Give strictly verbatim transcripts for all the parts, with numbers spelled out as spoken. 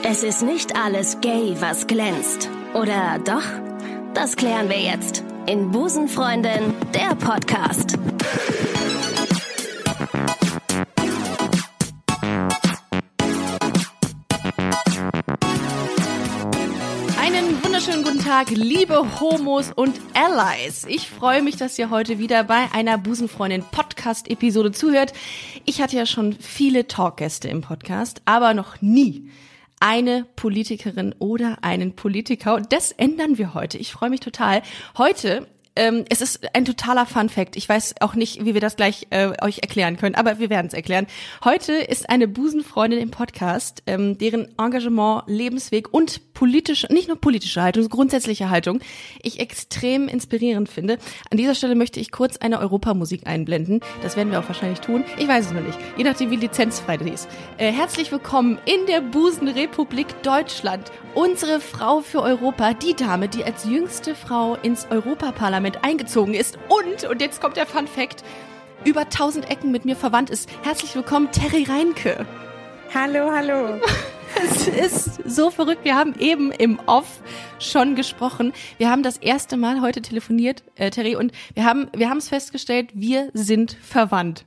Es ist nicht alles gay, was glänzt. Oder doch? Das klären wir jetzt in Busenfreundin, der Podcast. Einen wunderschönen guten Tag, liebe Homos und Allies. Ich freue mich, dass ihr heute wieder bei einer Busenfreundin-Podcast-Episode zuhört. Ich hatte ja schon viele Talkgäste im Podcast, aber noch nie eine Politikerin oder einen Politiker. Und das ändern wir heute. Ich freue mich total. Heute, ähm, es ist ein totaler Fun-Fact. Ich weiß auch nicht, wie wir das gleich äh, euch erklären können, aber wir werden es erklären. Heute ist eine Busenfreundin im Podcast, ähm, deren Engagement, Lebensweg und politische, nicht nur politische Haltung, grundsätzliche Haltung, ich extrem inspirierend finde. An dieser Stelle möchte ich kurz eine Europamusik einblenden. Das werden wir auch wahrscheinlich tun. Ich weiß es noch nicht. Je nachdem, wie lizenzfrei die ist. Äh, herzlich willkommen in der Busenrepublik Deutschland. Unsere Frau für Europa, die Dame, die als jüngste Frau ins Europaparlament eingezogen ist und, und jetzt kommt der Fun Fact, über tausend Ecken mit mir verwandt ist. Herzlich willkommen, Terry Reinke. Hallo, hallo. Es ist so verrückt. Wir haben eben im Off schon gesprochen. Wir haben das erste Mal heute telefoniert, äh, Terry, und wir haben wir haben es festgestellt, wir sind verwandt.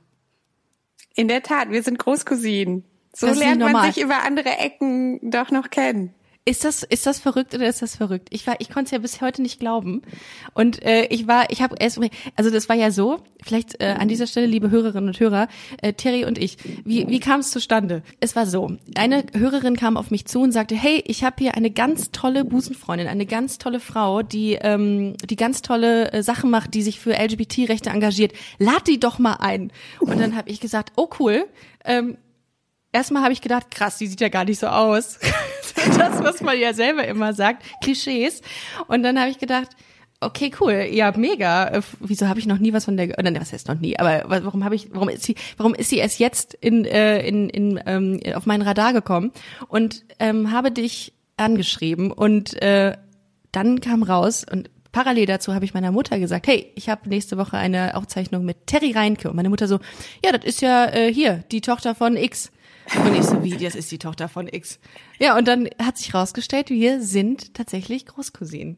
In der Tat, wir sind Großcousinen. So Das ist lernt nicht man normal. sich über andere Ecken doch noch kennen. Ist das ist das verrückt oder ist das verrückt? Ich war ich konnte es ja bis heute nicht glauben und äh, ich war ich habe erst also das war ja so, vielleicht äh, an dieser Stelle, liebe Hörerinnen und Hörer, äh, Terry und ich, wie wie kam es zustande? Es war so, eine Hörerin kam auf mich zu und sagte, hey, ich habe hier eine ganz tolle Busenfreundin, eine ganz tolle Frau, die ähm, die ganz tolle äh, Sachen macht, die sich für L G B T-Rechte engagiert. Lad die doch mal ein. Und dann habe ich gesagt, oh cool. Ähm, Erstmal habe ich gedacht, krass, die sieht ja gar nicht so aus. Das, was man ja selber immer sagt, Klischees. Und dann habe ich gedacht, okay, cool, ja, mega. Äh, Wieso habe ich noch nie was von der, oder was heißt noch nie, aber warum habe ich, warum ist sie, warum ist sie erst jetzt in, äh, in, in, ähm, auf mein Radar gekommen und ähm, habe dich angeschrieben und äh, dann kam raus und parallel dazu habe ich meiner Mutter gesagt, hey, ich habe nächste Woche eine Aufzeichnung mit Terry Reinke. Und meine Mutter so, ja, das ist ja äh, hier, die Tochter von X. Und ich so, wie, das ist die Tochter von X. Ja, und dann hat sich rausgestellt, wir sind tatsächlich Großcousinen.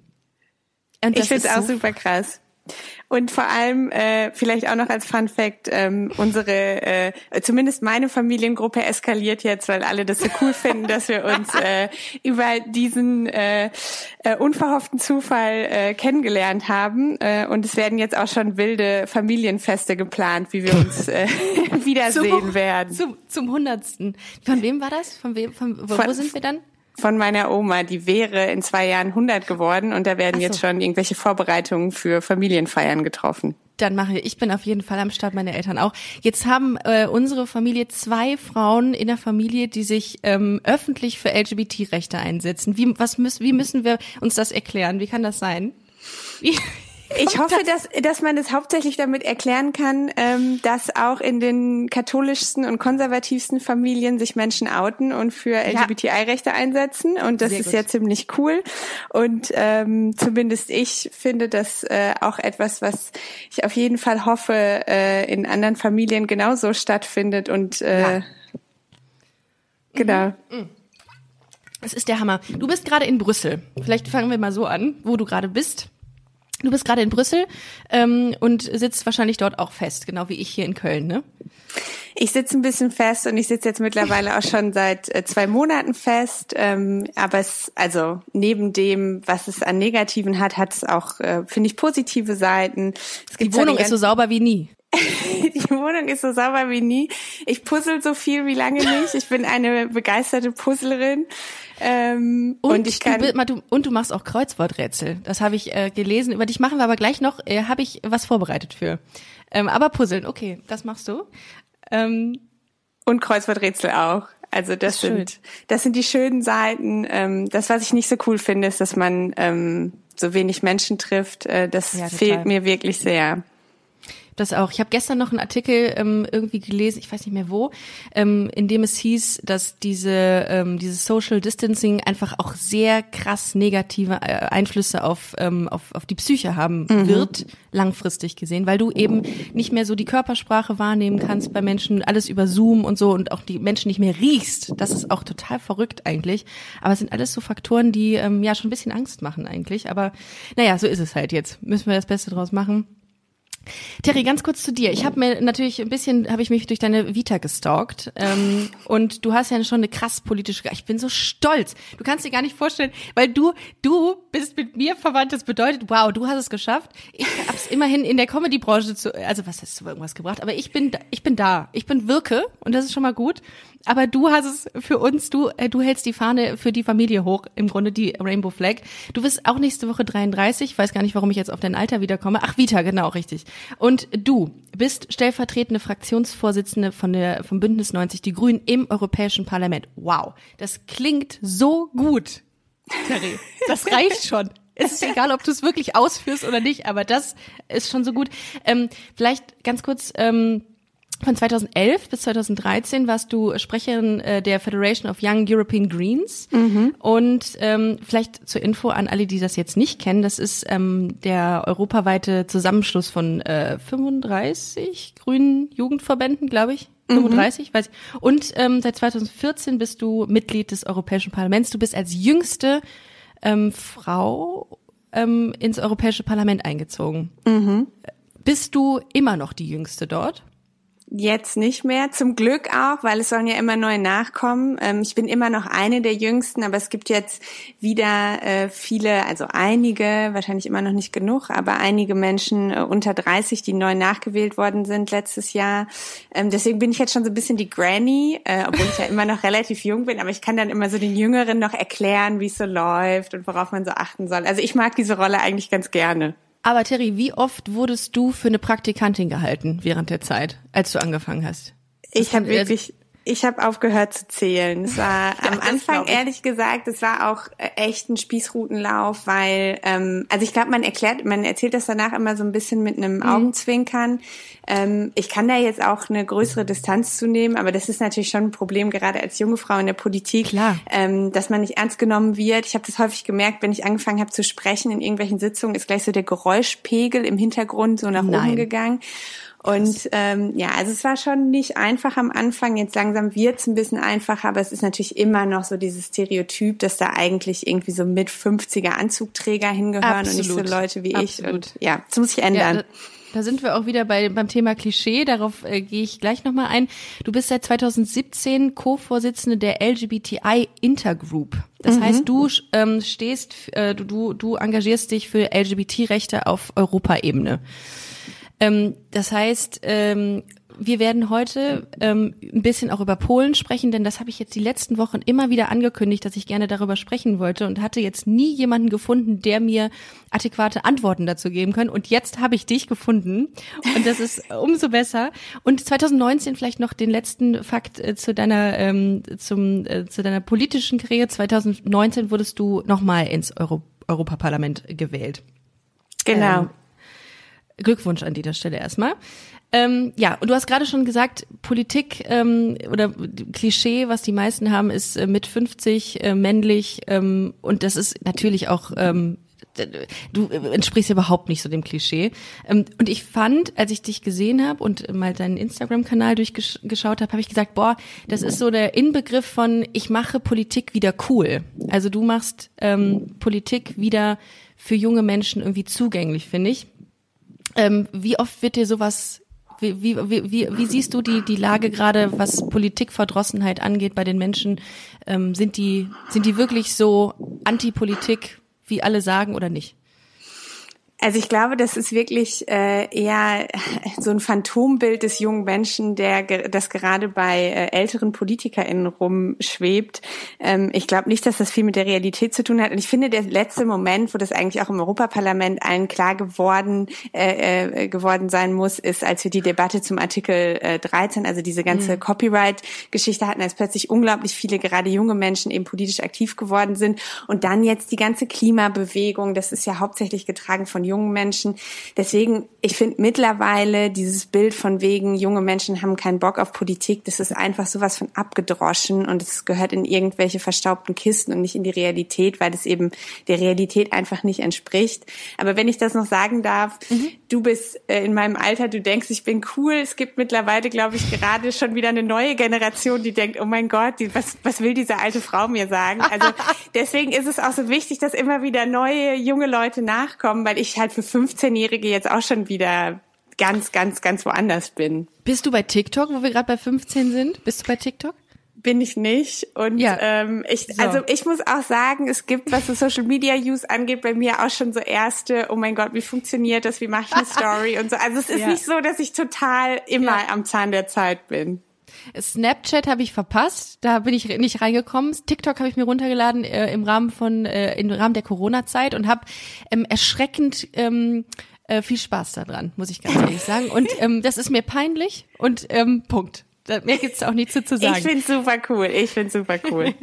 Und Ich finde es auch so super krass. Und vor allem, äh, vielleicht auch noch als Fun Fact, ähm, unsere, äh, zumindest meine Familiengruppe eskaliert jetzt, weil alle das so cool finden, dass wir uns äh, über diesen äh, äh, unverhofften Zufall äh, kennengelernt haben. Äh, und es werden jetzt auch schon wilde Familienfeste geplant, wie wir uns äh, wiedersehen zum, werden. Zum, zum Hundertsten. Von wem war das? Von wem? Von, wo, Von- wo sind wir dann? Von meiner Oma, die wäre in zwei Jahren hundert geworden und da werden Ach so. jetzt schon irgendwelche Vorbereitungen für Familienfeiern getroffen. Dann mache ich, ich bin auf jeden Fall am Start, meine Eltern auch. Jetzt haben äh, unsere Familie zwei Frauen in der Familie, die sich ähm, öffentlich für L G B T-Rechte einsetzen. Wie, was müssen, wie müssen wir uns das erklären? Wie kann das sein? Wie? Ich hoffe, dass, dass man das hauptsächlich damit erklären kann, ähm, dass auch in den katholischsten und konservativsten Familien sich Menschen outen und für L G B T I-Rechte einsetzen. Und das Sehr ist gut. ja ziemlich cool. Und ähm, zumindest ich finde das äh, auch etwas, was ich auf jeden Fall hoffe, äh, in anderen Familien genauso stattfindet. Und äh, Ja. genau. Es ist der Hammer. Du bist gerade in Brüssel. Vielleicht fangen wir mal so an, wo du gerade bist. Du bist gerade in Brüssel ähm, und sitzt wahrscheinlich dort auch fest, genau wie ich hier in Köln, ne? Ich sitze ein bisschen fest und ich sitze jetzt mittlerweile auch schon seit äh, zwei Monaten fest. Ähm, aber es, also neben dem, was es an Negativen hat, hat es auch, äh, finde ich, positive Seiten. Es Die gibt zwar Wohnung den ist so sauber wie nie. Die Wohnung ist so sauber wie nie. Ich puzzle so viel wie lange nicht. Ich bin eine begeisterte Puzzlerin. Ähm, Und, und ich kann du, bi- du, und du machst auch Kreuzworträtsel. Das habe ich äh, gelesen. Über dich machen wir aber gleich noch, äh, habe ich was vorbereitet für. Ähm, aber Puzzeln, okay, das machst du. Ähm, und Kreuzworträtsel auch. Also das Ist sind schön. das sind die schönen Seiten. Ähm, das, was ich nicht so cool finde, ist, dass man ähm, so wenig Menschen trifft. Äh, das Ja, total. fehlt mir wirklich sehr. Das auch. Ich habe gestern noch einen Artikel ähm, irgendwie gelesen, ich weiß nicht mehr wo, ähm, in dem es hieß, dass diese ähm, dieses Social Distancing einfach auch sehr krass negative äh, Einflüsse auf ähm, auf auf die Psyche haben mhm. wird, langfristig gesehen, weil du eben nicht mehr so die Körpersprache wahrnehmen kannst bei Menschen, alles über Zoom und so und auch die Menschen nicht mehr riechst. Das ist auch total verrückt eigentlich. Aber es sind alles so Faktoren, die ähm, ja schon ein bisschen Angst machen eigentlich. Aber naja, so ist es halt jetzt. Müssen wir das Beste draus machen. Terry, ganz kurz zu dir. Ich habe mir natürlich ein bisschen, habe ich mich durch deine Vita gestalkt ähm, und du hast ja schon eine krass politische, ich bin so stolz. Du kannst dir gar nicht vorstellen, weil du, du bist mit mir verwandt, das bedeutet, wow, du hast es geschafft. Ich habe es immerhin in der Comedy-Branche zu, also was hast du irgendwas gebracht, aber ich bin, ich bin da, ich bin Wirke und das ist schon mal gut. Aber du hast es für uns, du äh, du hältst die Fahne für die Familie hoch, im Grunde die Rainbow Flag. Du bist auch nächste Woche dreiunddreißig, ich weiß gar nicht, warum ich jetzt auf dein Alter wiederkomme. Ach, Vita, genau, richtig. Und du bist stellvertretende Fraktionsvorsitzende von der vom Bündnis neunzig Die Grünen im Europäischen Parlament. Wow, das klingt so gut, Terry. Das reicht schon. Es ist egal, ob du es wirklich ausführst oder nicht, aber das ist schon so gut. Ähm, vielleicht ganz kurz, ähm, von zweitausendelf bis zweitausenddreizehn warst du Sprecherin äh, der Federation of Young European Greens. Mhm. Und ähm, vielleicht zur Info an alle, die das jetzt nicht kennen, das ist ähm, der europaweite Zusammenschluss von äh, fünfunddreißig grünen Jugendverbänden, glaube ich. fünfunddreißig, mhm. weiß ich. Und ähm, seit zweitausendvierzehn bist du Mitglied des Europäischen Parlaments. Du bist als jüngste ähm, Frau ähm, ins Europäische Parlament eingezogen. Mhm. Bist du immer noch die Jüngste dort? Jetzt nicht mehr, zum Glück auch, weil es sollen ja immer neue nachkommen. Ähm, ich bin immer noch eine der Jüngsten, aber es gibt jetzt wieder äh, viele, also einige, wahrscheinlich immer noch nicht genug, aber einige Menschen äh, unter dreißig, die neu nachgewählt worden sind letztes Jahr. Ähm, deswegen bin ich jetzt schon so ein bisschen die Granny, äh, obwohl ich ja immer noch relativ jung bin, aber ich kann dann immer so den Jüngeren noch erklären, wie es so läuft und worauf man so achten soll. Also ich mag diese Rolle eigentlich ganz gerne. Aber Terry, wie oft wurdest du für eine Praktikantin gehalten während der Zeit, als du angefangen hast? Das ich habe wirklich, ich habe aufgehört zu zählen. Es war ja, am Anfang, ehrlich gesagt, es war auch echt ein Spießrutenlauf, weil, ähm, also ich glaube, man erklärt, man erzählt das danach immer so ein bisschen mit einem mhm. Augenzwinkern. Ähm, ich kann da jetzt auch eine größere Distanz zu nehmen, aber das ist natürlich schon ein Problem, gerade als junge Frau in der Politik, Klar. Ähm, dass man nicht ernst genommen wird. Ich habe das häufig gemerkt, wenn ich angefangen habe zu sprechen in irgendwelchen Sitzungen, ist gleich so der Geräuschpegel im Hintergrund so nach Nein. oben gegangen. Und ähm, ja, also es war schon nicht einfach am Anfang. Jetzt langsam wird's ein bisschen einfacher, aber es ist natürlich immer noch so dieses Stereotyp, dass da eigentlich irgendwie so mit fünfziger Anzugträger hingehören Absolut. und nicht so Leute wie Absolut. ich. Und ja, das muss sich ändern. Ja, da, da sind wir auch wieder bei beim Thema Klischee. Darauf äh, gehe ich gleich nochmal ein. Du bist seit zweitausendsiebzehn Co-Vorsitzende der L G B T I Intergroup. Das mhm. heißt, du ähm, stehst, äh, du du engagierst dich für L G B T-Rechte auf Europaebene. Ähm, das heißt, ähm, wir werden heute ähm, ein bisschen auch über Polen sprechen, denn das habe ich jetzt die letzten Wochen immer wieder angekündigt, dass ich gerne darüber sprechen wollte und hatte jetzt nie jemanden gefunden, der mir adäquate Antworten dazu geben kann. Und jetzt habe ich dich gefunden und das ist umso besser. Und zweitausendneunzehn vielleicht noch den letzten Fakt äh, zu deiner ähm, zum äh, zu deiner politischen Karriere. zweitausendneunzehn wurdest du nochmal ins Euro- Europaparlament gewählt. Genau. Ähm, Glückwunsch an dieser Stelle erstmal. Ähm, ja, und du hast gerade schon gesagt, Politik ähm, oder Klischee, was die meisten haben, ist äh, mit fünfzig äh, männlich ähm, und das ist natürlich auch, ähm, du entsprichst ja überhaupt nicht so dem Klischee. Ähm, und ich fand, als ich dich gesehen habe und mal deinen Instagram-Kanal durchgeschaut habe, habe ich gesagt, boah, das ist so der Inbegriff von, ich mache Politik wieder cool. Also du machst ähm, Politik wieder für junge Menschen irgendwie zugänglich, finde ich. Ähm, wie oft wird dir sowas, wie, wie, wie, wie siehst du die, die Lage gerade, was Politikverdrossenheit angeht bei den Menschen? Ähm, sind die, sind die wirklich so Antipolitik, wie alle sagen, oder nicht? Also ich glaube, das ist wirklich äh, eher so ein Phantombild des jungen Menschen, der ge- das gerade bei äh, älteren PolitikerInnen rumschwebt. Ähm, ich glaube nicht, dass das viel mit der Realität zu tun hat. Und ich finde, der letzte Moment, wo das eigentlich auch im Europaparlament allen klar geworden äh, äh, geworden sein muss, ist, als wir die Debatte zum Artikel äh, dreizehn, also diese ganze mhm. Copyright-Geschichte hatten, als plötzlich unglaublich viele, gerade junge Menschen eben politisch aktiv geworden sind. Und dann jetzt die ganze Klimabewegung, das ist ja hauptsächlich getragen von jungen Menschen. Deswegen, ich finde mittlerweile dieses Bild von wegen, junge Menschen haben keinen Bock auf Politik, das ist einfach sowas von abgedroschen und es gehört in irgendwelche verstaubten Kisten und nicht in die Realität, weil es eben der Realität einfach nicht entspricht. Aber wenn ich das noch sagen darf, mhm. du bist äh, in meinem Alter, du denkst, ich bin cool. Es gibt mittlerweile, glaube ich, gerade schon wieder eine neue Generation, die denkt, oh mein Gott, die, was, was will diese alte Frau mir sagen? Also deswegen ist es auch so wichtig, dass immer wieder neue, junge Leute nachkommen, weil ich halt für fünfzehnjährige jetzt auch schon wieder ganz, ganz, ganz woanders bin. Bist du bei TikTok, wo wir gerade bei fünfzehn sind? Bist du bei TikTok? Bin ich nicht. Und ja. ähm, ich, so. also ich muss auch sagen, es gibt, was so Social Media Use angeht, bei mir auch schon so erste, oh mein Gott, wie funktioniert das, wie mache ich eine Story und so. Also es ist ja. nicht so, dass ich total immer ja. am Zahn der Zeit bin. Snapchat habe ich verpasst, da bin ich nicht reingekommen. TikTok habe ich mir runtergeladen äh, im Rahmen von äh, im Rahmen der Corona-Zeit und habe ähm, erschreckend ähm, äh, viel Spaß daran, muss ich ganz ehrlich sagen. Und ähm, das ist mir peinlich und ähm, Punkt. Mehr gibt's auch nicht zu, zu sagen. Ich find's super cool. Ich find's super cool.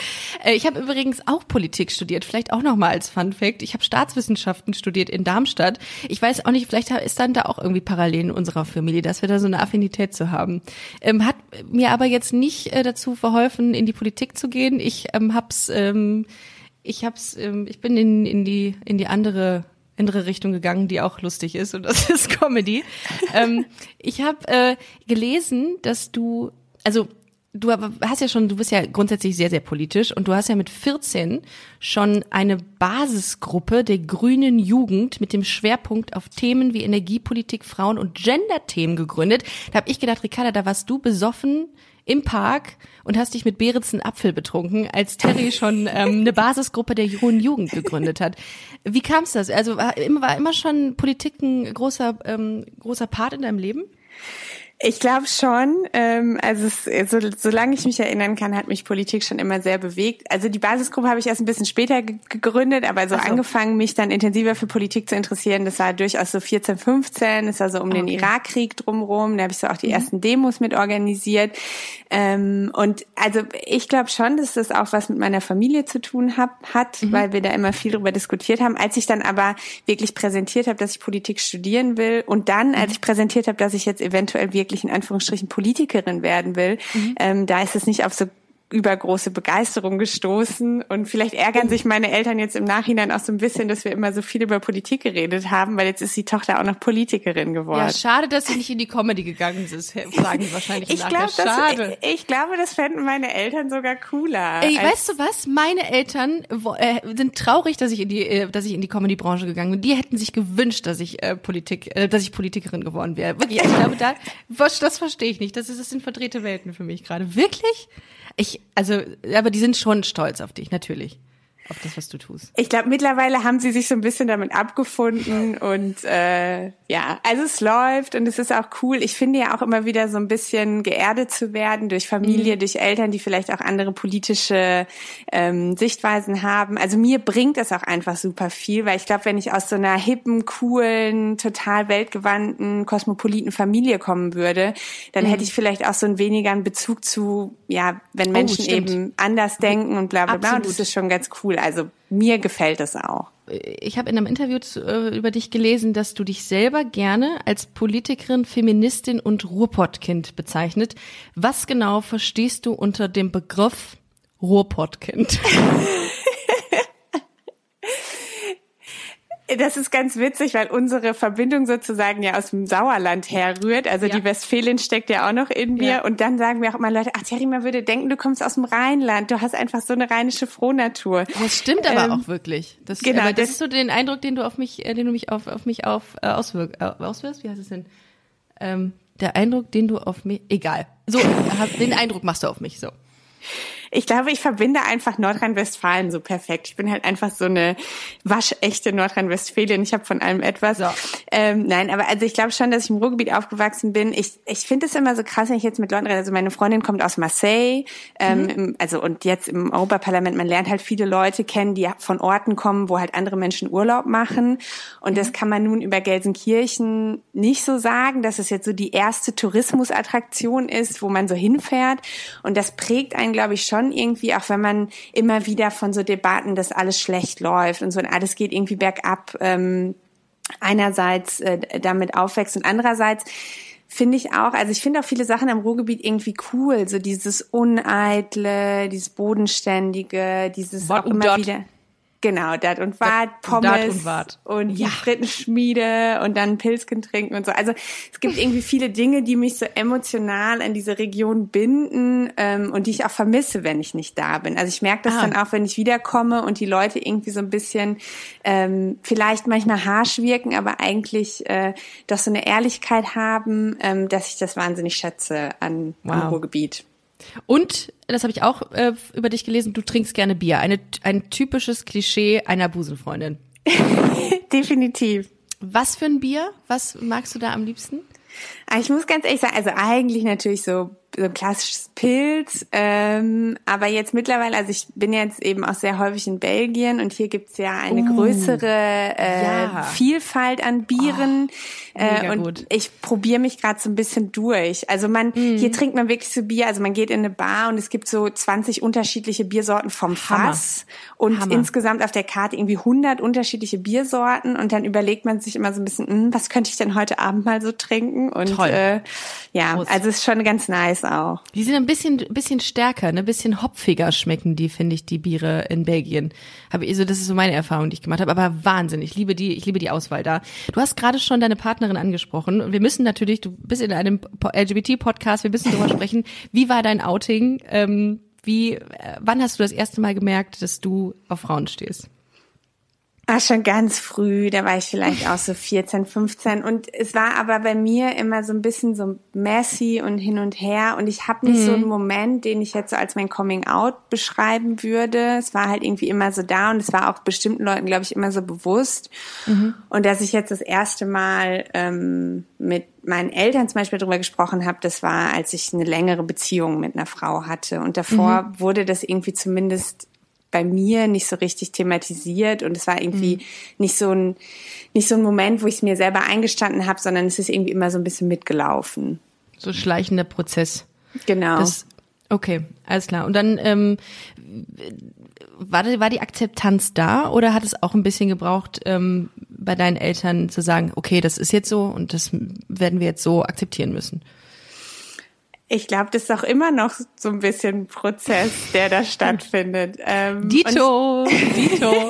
Ich habe übrigens auch Politik studiert, vielleicht auch nochmal als Fun Fact. Ich habe Staatswissenschaften studiert in Darmstadt. Ich weiß auch nicht, vielleicht ist dann da auch irgendwie parallel in unserer Familie, dass wir da so eine Affinität zu haben. Ähm, hat mir aber jetzt nicht äh, dazu verholfen, in die Politik zu gehen. Ich ähm, hab's, ähm, ich hab's, ähm, ich bin in, in die in die andere andere Richtung gegangen, die auch lustig ist, und das ist Comedy. ähm, ich habe äh, gelesen, dass du, also du hast ja schon, du bist ja grundsätzlich sehr, sehr politisch und du hast ja mit vierzehn schon eine Basisgruppe der grünen Jugend mit dem Schwerpunkt auf Themen wie Energiepolitik, Frauen- und Gender-Themen gegründet. Da habe ich gedacht, Ricarda, da warst du besoffen im Park und hast dich mit Beerentzen Apfel betrunken, als Terry schon ähm, eine Basisgruppe der jungen Jugend gegründet hat. Wie kam es das? Also war immer, war immer schon Politik ein großer, ähm, großer Part in deinem Leben? Ich glaube schon. Ähm, also es, so, solange ich mich erinnern kann, hat mich Politik schon immer sehr bewegt. Also die Basisgruppe habe ich erst ein bisschen später ge- gegründet, aber so, so angefangen, mich dann intensiver für Politik zu interessieren, das war durchaus so vierzehn, fünfzehn, das war so um okay. den Irakkrieg drumherum, da habe ich so auch die mhm. ersten Demos mit organisiert. Ähm, und also ich glaube schon, dass das auch was mit meiner Familie zu tun hab, hat, mhm. weil wir da immer viel darüber diskutiert haben. Als ich dann aber wirklich präsentiert habe, dass ich Politik studieren will und dann, als ich präsentiert habe, dass ich jetzt eventuell wirklich in Anführungsstrichen Politikerin werden will, mhm. ähm, da ist es nicht auf so übergroße Begeisterung gestoßen und vielleicht ärgern sich meine Eltern jetzt im Nachhinein auch so ein bisschen, dass wir immer so viel über Politik geredet haben, weil jetzt ist die Tochter auch noch Politikerin geworden. Ja, schade, dass sie nicht in die Comedy gegangen ist, sagen sie wahrscheinlich ich nachher. Glaub, schade. Ich, ich glaube, das fänden meine Eltern sogar cooler. Ey, weißt du was? Meine Eltern äh, sind traurig, dass ich in die, äh, dass ich in die Comedy-Branche gegangen bin. Die hätten sich gewünscht, dass ich äh, Politik, äh, dass ich Politikerin geworden wäre. Wirklich, ich glaube, da, was, das verstehe ich nicht. Das ist, das sind verdrehte Welten für mich gerade. Wirklich? Ich, also, aber die sind schon stolz auf dich, natürlich. Auf das, was du tust. Ich glaube, mittlerweile haben sie sich so ein bisschen damit abgefunden und äh, ja, also es läuft und es ist auch cool. Ich finde ja auch immer wieder so ein bisschen geerdet zu werden durch Familie, mhm. durch Eltern, die vielleicht auch andere politische ähm, Sichtweisen haben. Also mir bringt das auch einfach super viel, weil ich glaube, wenn ich aus so einer hippen, coolen, total weltgewandten, kosmopoliten Familie kommen würde, dann mhm. hätte ich vielleicht auch so ein weniger einen Bezug zu, ja, wenn Menschen oh, eben anders denken und bla bla bla. Und das ist schon ganz cool. Also mir gefällt es auch. Ich habe in einem Interview zu, äh, über dich gelesen, dass du dich selber gerne als Politikerin, Feministin und Ruhrpottkind bezeichnet. Was genau verstehst du unter dem Begriff Ruhrpottkind? Das ist ganz witzig, weil unsere Verbindung sozusagen ja aus dem Sauerland herrührt. Also ja. die Westfälin steckt ja auch noch in mir. Ja. Und dann sagen mir auch immer Leute, ach Terry, man würde denken, du kommst aus dem Rheinland. Du hast einfach so eine rheinische Frohnatur. Das stimmt aber ähm, auch wirklich. Das, genau, aber das, das ist so den Eindruck, den du auf mich, äh, den du mich auf, auf mich auf äh, auswirk, äh, auswirkst. Wie heißt es denn? Ähm, der Eindruck, den du auf mich, egal. So, den Eindruck machst du auf mich, so. Ich glaube, ich verbinde einfach Nordrhein-Westfalen so perfekt. Ich bin halt einfach so eine waschechte Nordrhein-Westfälin. Ich habe von allem etwas. So. Ähm, nein, aber also ich glaube schon, dass ich im Ruhrgebiet aufgewachsen bin. Ich ich finde es immer so krass, wenn ich jetzt mit Leuten rede. Also meine Freundin kommt aus Marseille. Ähm, mhm. im, also und jetzt im Europaparlament, man lernt halt viele Leute kennen, die von Orten kommen, wo halt andere Menschen Urlaub machen. Und mhm. das kann man nun über Gelsenkirchen nicht so sagen, dass es jetzt so die erste Tourismusattraktion ist, wo man so hinfährt. Und das prägt einen, glaube ich, schon irgendwie, auch wenn man immer wieder von so Debatten, dass alles schlecht läuft und so und alles geht irgendwie bergab, ähm, einerseits äh, damit aufwächst und andererseits finde ich auch, also ich finde auch viele Sachen am Ruhrgebiet irgendwie cool, so dieses Uneitle, dieses Bodenständige, dieses Wat auch und immer dat. wieder. Genau, dat und Wat, Dat Pommes und Wat. und die Ja. Frittenschmiede und dann Pilzken trinken und so. Also es gibt irgendwie viele Dinge, die mich so emotional an diese Region binden ähm, und die ich auch vermisse, wenn ich nicht da bin. Also ich merke das Ah. dann auch, wenn ich wiederkomme und die Leute irgendwie so ein bisschen ähm, vielleicht manchmal harsch wirken, aber eigentlich äh, doch so eine Ehrlichkeit haben, ähm, dass ich das wahnsinnig schätze an, Wow. am Ruhrgebiet. Und, das habe ich auch äh, über dich gelesen, du trinkst gerne Bier. Eine, ein typisches Klischee einer Busenfreundin. Definitiv. Was für ein Bier? Was magst du da am liebsten? Ich muss ganz ehrlich sagen, also eigentlich natürlich so, so ein klassisches Pilz, ähm, aber jetzt mittlerweile, also ich bin jetzt eben auch sehr häufig in Belgien und hier gibt's ja eine Uh, größere äh, ja. Vielfalt an Bieren Oh, mega äh, und gut. ich probiere mich gerade so ein bisschen durch. Also man, Mm. hier trinkt man wirklich so Bier, also man geht in eine Bar und es gibt so zwanzig unterschiedliche Biersorten vom Hammer. Fass und Hammer. insgesamt auf der Karte irgendwie hundert unterschiedliche Biersorten und dann überlegt man sich immer so ein bisschen, hm, was könnte ich denn heute Abend mal so trinken? Und Toll. Äh, ja, Prost. also ist schon ganz nice auch. Die sind ein bisschen, bisschen stärker, ne, ein bisschen hopfiger schmecken die, finde ich, die Biere in Belgien. Habe ich, also das ist so meine Erfahrung, die ich gemacht habe. Aber Wahnsinn, ich liebe die, ich liebe die Auswahl da. Du hast gerade schon deine Partnerin angesprochen. Wir müssen natürlich, du bist in einem L G B T-Podcast, wir müssen darüber sprechen. Wie war dein Outing? Ähm, wie, äh, wann hast du das erste Mal gemerkt, dass du auf Frauen stehst? Ah, schon ganz früh, da war ich vielleicht auch so vierzehn, fünfzehn und es war aber bei mir immer so ein bisschen so messy und hin und her und ich habe nicht mhm. so einen Moment, den ich jetzt so als mein Coming-out beschreiben würde. Es war halt irgendwie immer so da und es war auch bestimmten Leuten, glaube ich, immer so bewusst. Mhm. Und dass ich jetzt das erste Mal ähm, mit meinen Eltern zum Beispiel darüber gesprochen habe, das war, als ich eine längere Beziehung mit einer Frau hatte und davor mhm. wurde das irgendwie zumindest bei mir nicht so richtig thematisiert und es war irgendwie mhm. nicht so ein nicht so ein Moment, wo ich es mir selber eingestanden habe, sondern es ist irgendwie immer so ein bisschen mitgelaufen. So schleichender Prozess. Genau. Das, okay, alles klar. Und dann ähm, war, die, war die Akzeptanz da oder hat es auch ein bisschen gebraucht, ähm, bei deinen Eltern zu sagen, okay, das ist jetzt so und das werden wir jetzt so akzeptieren müssen? Ich glaube, das ist auch immer noch so ein bisschen ein Prozess, der da stattfindet. Ähm, Dito, Dito.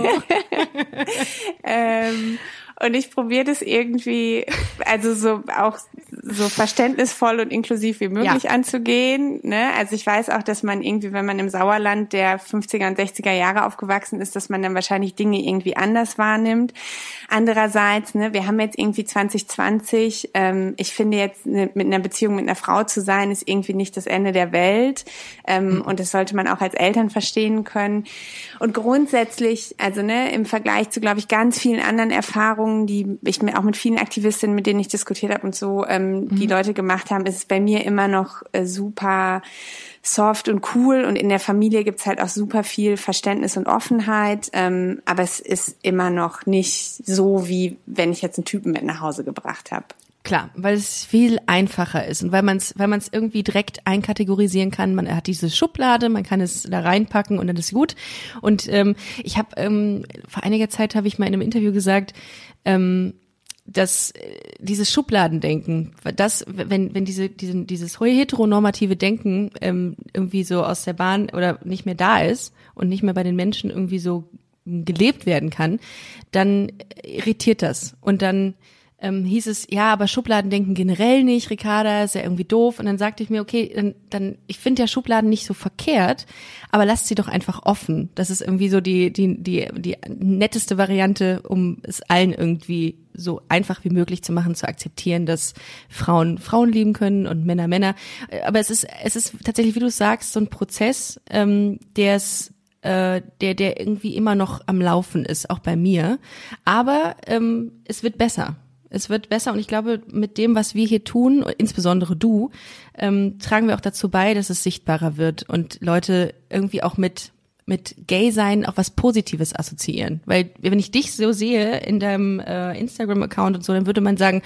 ähm, und ich probiere das irgendwie, also so auch so verständnisvoll und inklusiv wie möglich ja. anzugehen. Ne? Also ich weiß auch, dass man irgendwie, wenn man im Sauerland der fünfziger und sechziger Jahre aufgewachsen ist, dass man dann wahrscheinlich Dinge irgendwie anders wahrnimmt. Andererseits, ne, wir haben jetzt irgendwie zwanzig zwanzig. Ähm, ich finde jetzt ne, mit einer Beziehung mit einer Frau zu sein, ist irgendwie nicht das Ende der Welt. Ähm, mhm. Und das sollte man auch als Eltern verstehen können. Und grundsätzlich, also ne, im Vergleich zu, glaube ich, ganz vielen anderen Erfahrungen, die ich mir auch mit vielen Aktivistinnen, mit denen ich diskutiert habe und so, ähm, mhm. die Leute gemacht haben, ist es bei mir immer noch äh, super soft und cool und in der Familie gibt's halt auch super viel Verständnis und Offenheit, ähm, aber es ist immer noch nicht so, wie wenn ich jetzt einen Typen mit nach Hause gebracht habe. Klar, weil es viel einfacher ist und weil man es weil man es irgendwie direkt einkategorisieren kann. Man hat diese Schublade, man kann es da reinpacken und dann ist gut. Und ähm, ich habe ähm, vor einiger Zeit habe ich mal in einem Interview gesagt, ähm, dass äh, dieses Schubladendenken, das wenn wenn diese diese dieses heteronormative Denken ähm, irgendwie so aus der Bahn oder nicht mehr da ist und nicht mehr bei den Menschen irgendwie so gelebt werden kann, dann irritiert das und dann ähm, hieß es, ja, aber Schubladendenken generell nicht, Ricarda, ist ja irgendwie doof. Und dann sagte ich mir, okay, dann, dann ich finde ja Schubladen nicht so verkehrt, aber lasst sie doch einfach offen. Das ist irgendwie so die die die die netteste Variante, um es allen irgendwie so einfach wie möglich zu machen, zu akzeptieren, dass Frauen Frauen lieben können und Männer Männer. Aber es ist es ist tatsächlich, wie du sagst, so ein Prozess, ähm, der es äh, der der irgendwie immer noch am Laufen ist, auch bei mir. Aber ähm, es wird besser. Es wird besser und ich glaube, mit dem, was wir hier tun, insbesondere du, ähm, tragen wir auch dazu bei, dass es sichtbarer wird und Leute irgendwie auch mit mit Gay-Sein auch was Positives assoziieren. Weil wenn ich dich so sehe in deinem äh, Instagram-Account und so, dann würde man sagen,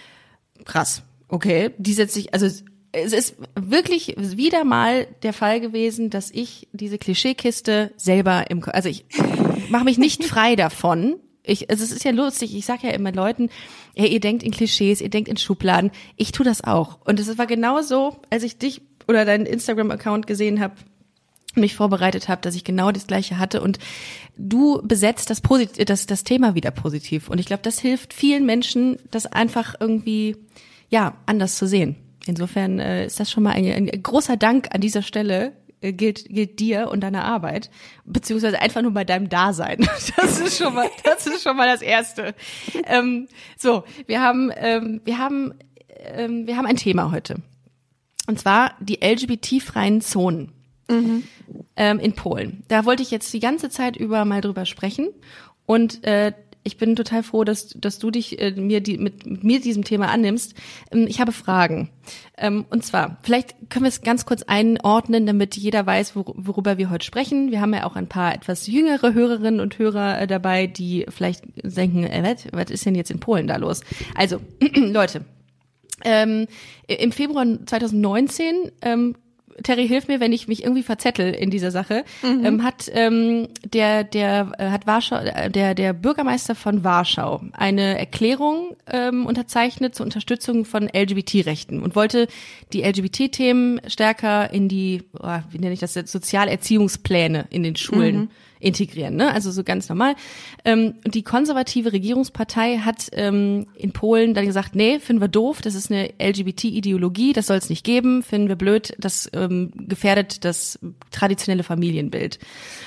krass, okay, die setzt sich, also es ist wirklich wieder mal der Fall gewesen, dass ich diese Klischeekiste selber im, also ich mache mich nicht frei davon, Ich, also es ist ja lustig, ich sag ja immer Leuten, ja, ihr denkt in Klischees, ihr denkt in Schubladen. Ich tue das auch. Und es war genau so, als ich dich oder deinen Instagram-Account gesehen habe, mich vorbereitet habe, dass ich genau das Gleiche hatte. Und du besetzt das, Posit- das, das Thema wieder positiv. Und ich glaube, das hilft vielen Menschen, das einfach irgendwie, ja, anders zu sehen. Insofern äh, ist das schon mal ein, ein großer Dank an dieser Stelle. Gilt, gilt dir und deiner Arbeit, beziehungsweise einfach nur bei deinem Dasein. Das ist schon mal, das ist schon mal das Erste. Ähm, so, wir haben, ähm, wir haben, ähm, wir haben ein Thema heute. Und zwar die L G B T-freien Zonen mhm. ähm, in Polen. Da wollte ich jetzt die ganze Zeit über mal drüber sprechen und äh, ich bin total froh, dass, dass du dich äh, mir die, mit, mit mir diesem Thema annimmst. Ähm, ich habe Fragen. Ähm, und zwar, vielleicht können wir es ganz kurz einordnen, damit jeder weiß, wor- worüber wir heute sprechen. Wir haben ja auch ein paar etwas jüngere Hörerinnen und Hörer äh, dabei, die vielleicht denken, äh, was, was ist denn jetzt in Polen da los? Also, Leute, ähm, im Februar zwanzig neunzehn ähm, Terry, hilf mir, wenn ich mich irgendwie verzettel in dieser Sache. Mhm. Ähm, hat ähm, der der äh, hat Warschau der der Bürgermeister von Warschau eine Erklärung ähm, unterzeichnet zur Unterstützung von L G B T-Rechten und wollte die L G B T-Themen stärker in die, oh, wie nenne ich das jetzt, Sozialerziehungspläne in den Schulen mhm. integrieren, ne? Also so ganz normal. Ähm, und die konservative Regierungspartei hat ähm, in Polen dann gesagt, nee, finden wir doof, das ist eine L G B T-Ideologie, das soll es nicht geben, finden wir blöd, das ähm, gefährdet das traditionelle Familienbild.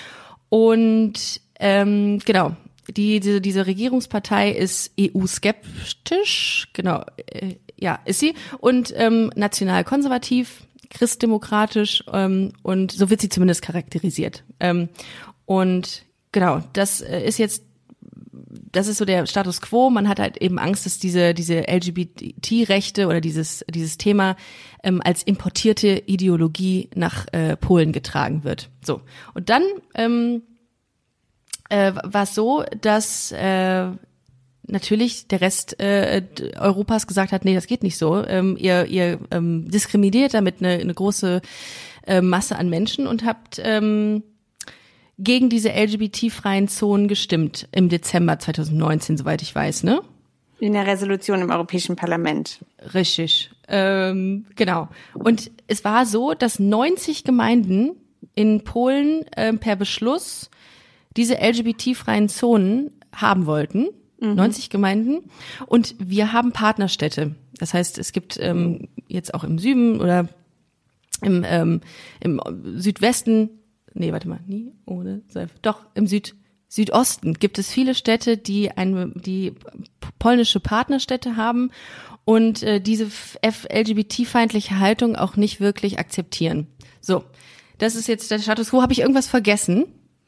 Und ähm, genau, die, diese, diese Regierungspartei ist E U-skeptisch, genau, äh, ja, ist sie, und ähm, national-konservativ, christdemokratisch ähm, und so wird sie zumindest charakterisiert. Ähm, Und genau, das ist jetzt, das ist so der Status quo. Man hat halt eben Angst, dass diese diese L G B T-Rechte oder dieses dieses Thema ähm, als importierte Ideologie nach äh, Polen getragen wird. So, und dann ähm, äh, war es so, dass äh, natürlich der Rest äh, Europas gesagt hat, nee, das geht nicht so. Ähm, ihr ihr ähm, diskriminiert damit eine, eine große äh, Masse an Menschen und habt ähm, gegen diese L G B T-freien Zonen gestimmt im Dezember zwanzig neunzehn, soweit ich weiß, ne? In der Resolution im Europäischen Parlament. Richtig, ähm, genau. Und es war so, dass neunzig Gemeinden in Polen äh, per Beschluss diese L G B T-freien Zonen haben wollten. Mhm. neunzig Gemeinden. Und wir haben Partnerstädte. Das heißt, es gibt ähm, jetzt auch im Süden oder im, ähm, im Südwesten, nee, warte mal, nie ohne Seife. Doch, im Süd, Südosten gibt es viele Städte, die eine, die polnische Partnerstädte haben und äh, diese L G B T-feindliche Haltung auch nicht wirklich akzeptieren. So, das ist jetzt der Status quo. Habe ich irgendwas vergessen,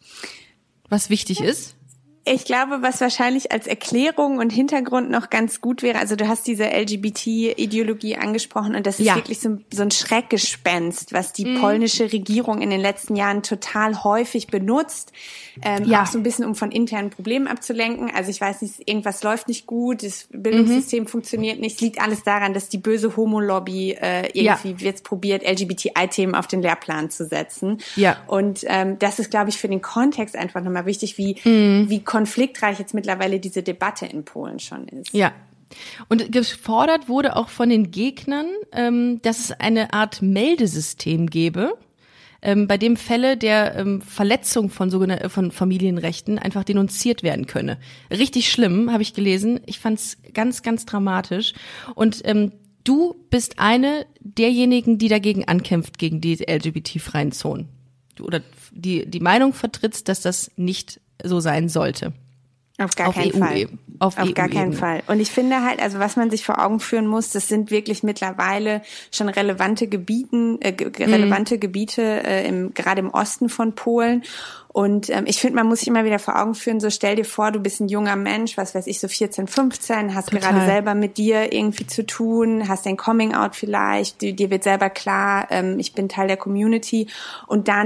was wichtig ist? Ich glaube, was wahrscheinlich als Erklärung und Hintergrund noch ganz gut wäre, also du hast diese L G B T-Ideologie angesprochen und das ist ja wirklich so, so ein Schreckgespenst, was die mm. polnische Regierung in den letzten Jahren total häufig benutzt, ähm, ja. auch so ein bisschen, um von internen Problemen abzulenken. Also ich weiß nicht, irgendwas läuft nicht gut, das Bildungssystem mhm. funktioniert nicht. Es liegt alles daran, dass die böse Homo-Lobby äh, irgendwie ja. jetzt probiert, L G B T I-Themen auf den Lehrplan zu setzen. Ja. Und ähm, das ist, glaube ich, für den Kontext einfach nochmal wichtig, wie, mm. wie konfliktreich jetzt mittlerweile diese Debatte in Polen schon ist. Ja. Und gefordert wurde auch von den Gegnern, ähm, dass es eine Art Meldesystem gäbe, ähm, bei dem Fälle der ähm, Verletzung von sogenannten von Familienrechten einfach denunziert werden könne. Richtig schlimm, habe ich gelesen. Ich fand's ganz, ganz dramatisch. Und ähm, du bist eine derjenigen, die dagegen ankämpft, gegen die L G B T-freien Zonen. Du, oder die die Meinung vertrittst, dass das nicht so sein sollte. Auf gar auf keinen E U Fall. Auf, Auf gar keinen Fall. Und ich finde halt, also was man sich vor Augen führen muss, das sind wirklich mittlerweile schon relevante Gebieten, äh, relevante mhm. Gebiete äh, im gerade im Osten von Polen. Und ähm, ich finde, man muss sich immer wieder vor Augen führen, so stell dir vor, du bist ein junger Mensch, was weiß ich, so vierzehn, fünfzehn, hast Total. gerade selber mit dir irgendwie zu tun, hast dein Coming-out vielleicht, dir, dir wird selber klar, ähm, ich bin Teil der Community. Und dann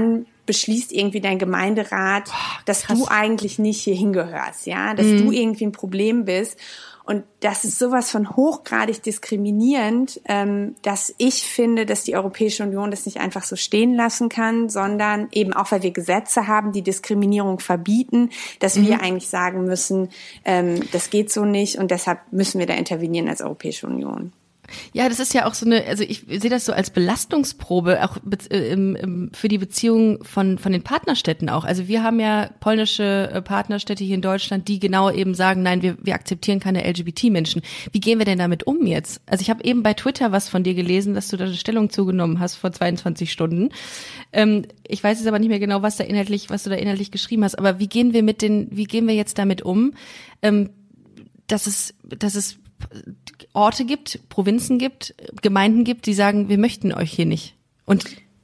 beschließt irgendwie dein Gemeinderat, Boah, dass krass. du eigentlich nicht hier hingehörst, ja, dass Mhm. du irgendwie ein Problem bist. Und das ist sowas von hochgradig diskriminierend, ähm, dass ich finde, dass die Europäische Union das nicht einfach so stehen lassen kann, sondern eben auch, weil wir Gesetze haben, die Diskriminierung verbieten, dass Mhm. wir eigentlich sagen müssen, ähm, das geht so nicht und deshalb müssen wir da intervenieren als Europäische Union. Ja, das ist ja auch so eine, also ich sehe das so als Belastungsprobe, auch be- äh, im, im, für die Beziehung von von den Partnerstädten auch. Also wir haben ja polnische äh, Partnerstädte hier in Deutschland, die genau eben sagen, nein, wir wir akzeptieren keine L G B T-Menschen. Wie gehen wir denn damit um jetzt? Also ich habe eben bei Twitter was von dir gelesen, dass du da eine Stellung zugenommen hast vor zweiundzwanzig Stunden. Ähm, ich weiß jetzt aber nicht mehr genau, was da inhaltlich, was du da inhaltlich geschrieben hast. Aber wie gehen wir mit den, wie gehen wir jetzt damit um, ähm, dass es, dass es Orte gibt, Provinzen gibt, Gemeinden gibt, die sagen, wir möchten euch hier nicht. Und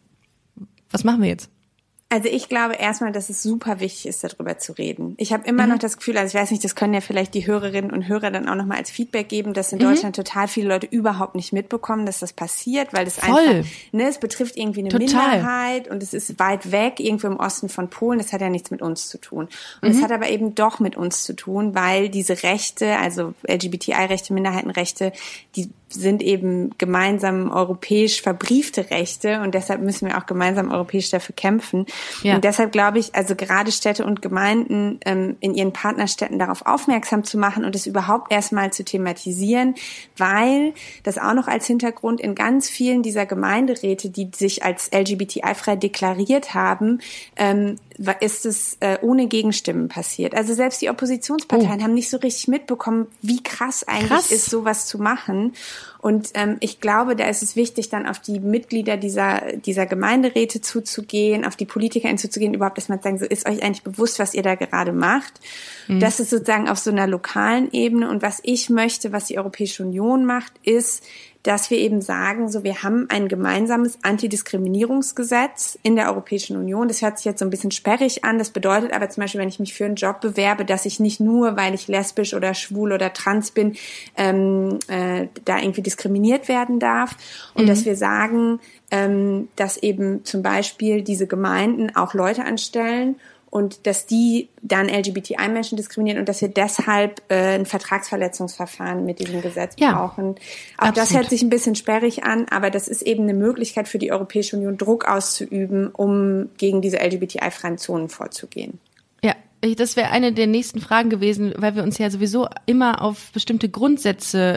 was machen wir jetzt? Also ich glaube erstmal, dass es super wichtig ist, darüber zu reden. Ich habe immer Mhm. noch das Gefühl, also ich weiß nicht, das können ja vielleicht die Hörerinnen und Hörer dann auch nochmal als Feedback geben, dass in Mhm. Deutschland total viele Leute überhaupt nicht mitbekommen, dass das passiert, weil das Voll. einfach, ne, es betrifft irgendwie eine Total. Minderheit und es ist weit weg, irgendwo im Osten von Polen. Das hat ja nichts mit uns zu tun. Und es Mhm. hat aber eben doch mit uns zu tun, weil diese Rechte, also L G B T I-Rechte, Minderheitenrechte, die sind eben gemeinsam europäisch verbriefte Rechte und deshalb müssen wir auch gemeinsam europäisch dafür kämpfen. Ja. Und deshalb glaube ich, also gerade Städte und Gemeinden ähm, in ihren Partnerstädten darauf aufmerksam zu machen und es überhaupt erstmal zu thematisieren, weil das auch noch als Hintergrund in ganz vielen dieser Gemeinderäte, die sich als L G B T I-frei deklariert haben, ähm, ist es äh, ohne Gegenstimmen passiert. Also selbst die Oppositionsparteien Oh. haben nicht so richtig mitbekommen, wie krass eigentlich Krass. ist, sowas zu machen. Und ähm, ich glaube, da ist es wichtig, dann auf die Mitglieder dieser dieser Gemeinderäte zuzugehen, auf die PolitikerInnen zuzugehen, überhaupt erstmal zu sagen, so ist euch eigentlich bewusst, was ihr da gerade macht. Mhm. Das ist sozusagen auf so einer lokalen Ebene. Und was ich möchte, was die Europäische Union macht, ist, dass wir eben sagen, so wir haben ein gemeinsames Antidiskriminierungsgesetz in der Europäischen Union. Das hört sich jetzt so ein bisschen sperrig an. Das bedeutet aber zum Beispiel, wenn ich mich für einen Job bewerbe, dass ich nicht nur, weil ich lesbisch oder schwul oder trans bin, ähm, äh, da irgendwie diskriminiert werden darf. Und mhm. dass wir sagen, ähm, dass eben zum Beispiel diese Gemeinden auch Leute anstellen und dass die dann L G B T I-Menschen diskriminieren und dass wir deshalb äh, ein Vertragsverletzungsverfahren mit diesem Gesetz ja, brauchen. Auch absolut. Das hört sich ein bisschen sperrig an, aber das ist eben eine Möglichkeit für die Europäische Union, Druck auszuüben, um gegen diese L G B T I-freien Zonen vorzugehen. Ja, das wäre eine der nächsten Fragen gewesen, weil wir uns ja sowieso immer auf bestimmte Grundsätze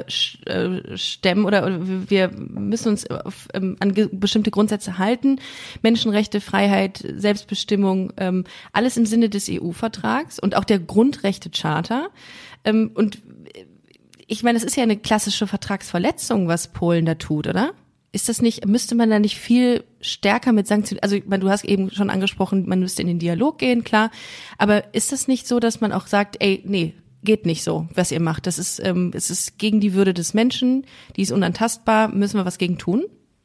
stemmen oder, oder wir müssen uns auf, ähm, an ge- bestimmte Grundsätze halten. Menschenrechte, Freiheit, Selbstbestimmung, ähm, alles im Sinne des E U-Vertrags und auch der Grundrechtecharta. Ähm, und ich meine, es ist ja eine klassische Vertragsverletzung, was Polen da tut, oder? Ist das nicht, müsste man da nicht viel stärker mit Sanktionen, also ich meine, du hast eben schon angesprochen, man müsste in den Dialog gehen, klar, aber ist das nicht so, dass man auch sagt, ey, nee, geht nicht so, was ihr macht, das ist, ähm, es ist gegen die Würde des Menschen, die ist unantastbar, müssen wir was gegen tun?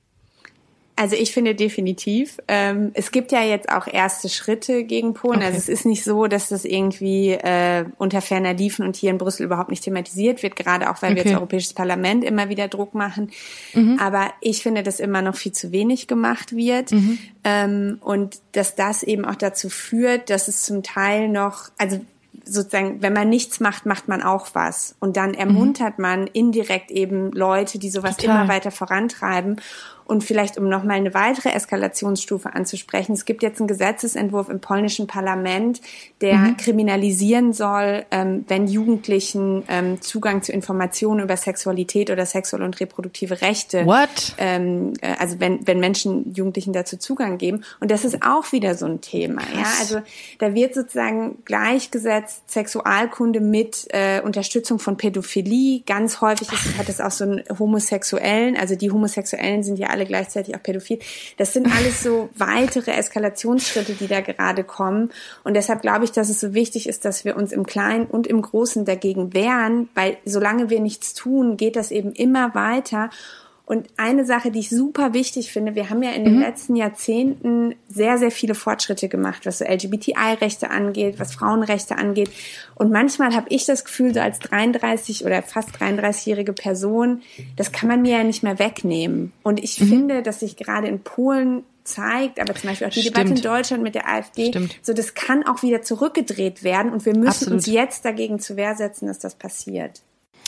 Also ich finde definitiv. Ähm, es gibt ja jetzt auch erste Schritte gegen Polen. Okay. Also es ist nicht so, dass das irgendwie äh, unter ferner liefen und hier in Brüssel überhaupt nicht thematisiert wird, gerade auch, weil okay. wir als Europäisches Parlament immer wieder Druck machen. Mhm. Aber ich finde, dass immer noch viel zu wenig gemacht wird. Mhm. Ähm, und dass das eben auch dazu führt, dass es zum Teil noch, also sozusagen, wenn man nichts macht, macht man auch was. Und dann ermuntert mhm. man indirekt eben Leute, die sowas Total. Immer weiter vorantreiben. Und vielleicht, um nochmal eine weitere Eskalationsstufe anzusprechen, es gibt jetzt einen Gesetzesentwurf im polnischen Parlament, der mhm. kriminalisieren soll, ähm, wenn Jugendlichen ähm, Zugang zu Informationen über Sexualität oder sexuelle und reproduktive Rechte, What? Ähm, äh, also wenn, wenn Menschen Jugendlichen dazu Zugang geben. Und das ist auch wieder so ein Thema. Ja? Also da wird sozusagen gleichgesetzt Sexualkunde mit äh, Unterstützung von Pädophilie. Ganz häufig ist, hat es auch so einen Homosexuellen, also die Homosexuellen sind ja alle gleichzeitig auch pädophil. Das sind alles so weitere Eskalationsschritte, die da gerade kommen. Und deshalb glaube ich, dass es so wichtig ist, dass wir uns im Kleinen und im Großen dagegen wehren, weil solange wir nichts tun, geht das eben immer weiter. Und eine Sache, die ich super wichtig finde, wir haben ja in den mhm. letzten Jahrzehnten sehr, sehr viele Fortschritte gemacht, was so L G B T I-Rechte angeht, was Frauenrechte angeht. Und manchmal habe ich das Gefühl, so als dreiunddreißig oder fast dreiunddreißigjährige Person, das kann man mir ja nicht mehr wegnehmen. Und ich mhm. finde, dass sich gerade in Polen zeigt, aber zum Beispiel auch die Stimmt. Debatte in Deutschland mit der AfD, Stimmt. so das kann auch wieder zurückgedreht werden und wir müssen Absolut. uns jetzt dagegen zur Wehr setzen, dass das passiert.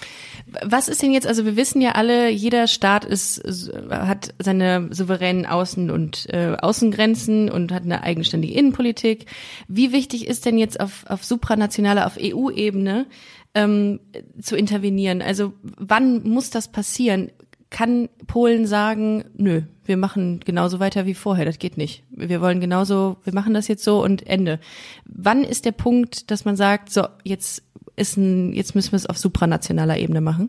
Was ist denn jetzt, also wir wissen ja alle, jeder Staat ist, hat seine souveränen Außen- und äh, Außengrenzen und hat eine eigenständige Innenpolitik. Wie wichtig ist denn jetzt auf, auf supranationaler, auf E U-Ebene ähm, zu intervenieren? Also wann muss das passieren? Kann Polen sagen, nö, wir machen genauso weiter wie vorher, das geht nicht. Wir wollen genauso, wir machen das jetzt so und Ende. Wann ist der Punkt, dass man sagt, so, jetzt ist ein, jetzt müssen wir es auf supranationaler Ebene machen?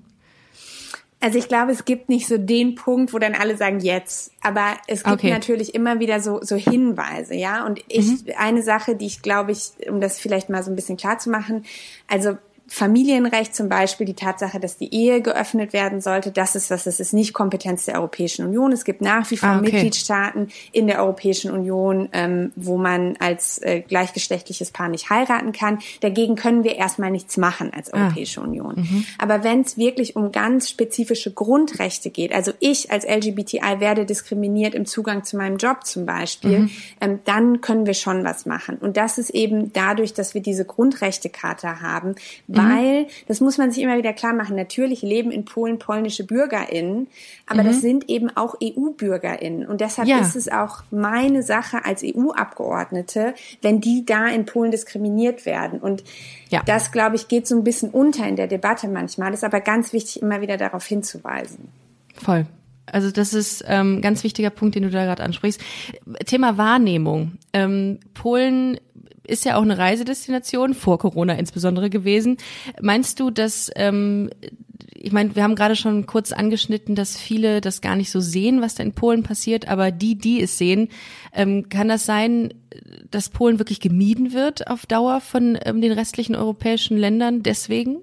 Also ich glaube, es gibt nicht so den Punkt, wo dann alle sagen jetzt, aber es gibt Okay. natürlich immer wieder so so Hinweise, ja. Und ich mhm. eine Sache, die ich glaube ich, um das vielleicht mal so ein bisschen klar zu machen, also Familienrecht zum Beispiel, die Tatsache, dass die Ehe geöffnet werden sollte, das ist was, das ist nicht Kompetenz der Europäischen Union. Es gibt nach wie vor ah, okay. Mitgliedstaaten in der Europäischen Union, ähm, wo man als äh, gleichgeschlechtliches Paar nicht heiraten kann. Dagegen können wir erstmal nichts machen als Europäische ah. Union. Mhm. Aber wenn es wirklich um ganz spezifische Grundrechte geht, also ich als L G B T I werde diskriminiert im Zugang zu meinem Job zum Beispiel, mhm. ähm, dann können wir schon was machen. Und das ist eben dadurch, dass wir diese Grundrechtecharta haben, weil, das muss man sich immer wieder klar machen, natürlich leben in Polen polnische BürgerInnen, aber mhm. das sind eben auch E U-BürgerInnen. Und deshalb ja. ist es auch meine Sache als E U-Abgeordnete, wenn die da in Polen diskriminiert werden. Und ja. das, glaube ich, geht so ein bisschen unter in der Debatte manchmal. Das ist aber ganz wichtig, immer wieder darauf hinzuweisen. Voll. Also das ist ähm, ganz wichtiger Punkt, den du da gerade ansprichst. Thema Wahrnehmung. Ähm, Polen ist ja auch eine Reisedestination, vor Corona insbesondere gewesen. Meinst du, dass, ähm, ich meine, wir haben gerade schon kurz angeschnitten, dass viele das gar nicht so sehen, was da in Polen passiert, aber die, die es sehen, ähm, kann das sein, dass Polen wirklich gemieden wird auf Dauer von ähm, den restlichen europäischen Ländern deswegen?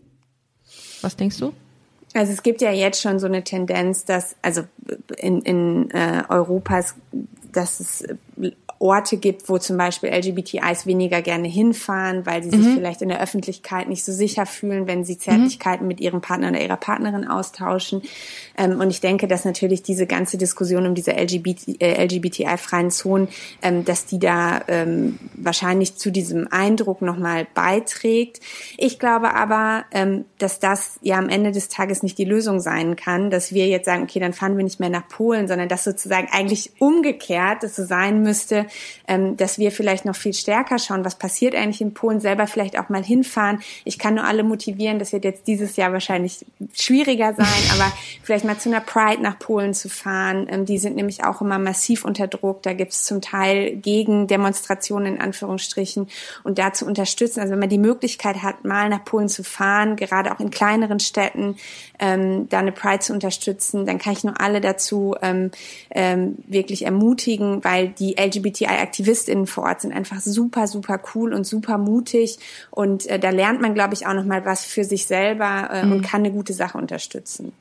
Was denkst du? Also es gibt ja jetzt schon so eine Tendenz, dass, also in, in äh, Europas, dass es Orte gibt, wo zum Beispiel L G B T Is weniger gerne hinfahren, weil sie sich mhm. vielleicht in der Öffentlichkeit nicht so sicher fühlen, wenn sie Zärtlichkeiten mhm. mit ihrem Partner oder ihrer Partnerin austauschen. Ähm, und ich denke, dass natürlich diese ganze Diskussion um diese L G B T I-freien Zonen, ähm, dass die da ähm, wahrscheinlich zu diesem Eindruck nochmal beiträgt. Ich glaube aber, ähm, dass das ja am Ende des Tages nicht die Lösung sein kann, dass wir jetzt sagen, okay, dann fahren wir nicht mehr nach Polen, sondern dass sozusagen eigentlich umgekehrt es so sein müsste, ähm, dass wir vielleicht noch viel stärker schauen, was passiert eigentlich in Polen, selber vielleicht auch mal hinfahren. Ich kann nur alle motivieren, das wird jetzt dieses Jahr wahrscheinlich schwieriger sein, aber vielleicht mal zu einer Pride nach Polen zu fahren. Ähm, die sind nämlich auch immer massiv unter Druck. Da gibt es zum Teil Gegendemonstrationen in Anführungsstrichen und da zu unterstützen. Also wenn man die Möglichkeit hat, mal nach Polen zu fahren, gerade auch in kleineren Städten, ähm, da eine Pride zu unterstützen, dann kann ich nur alle dazu ähm, ähm, wirklich ermutigen, weil die L G B T I-AktivistInnen vor Ort sind einfach super, super cool und super mutig und äh, da lernt man, glaube ich, auch nochmal was für sich selber äh, mhm. und kann eine gute Sache unterstützen.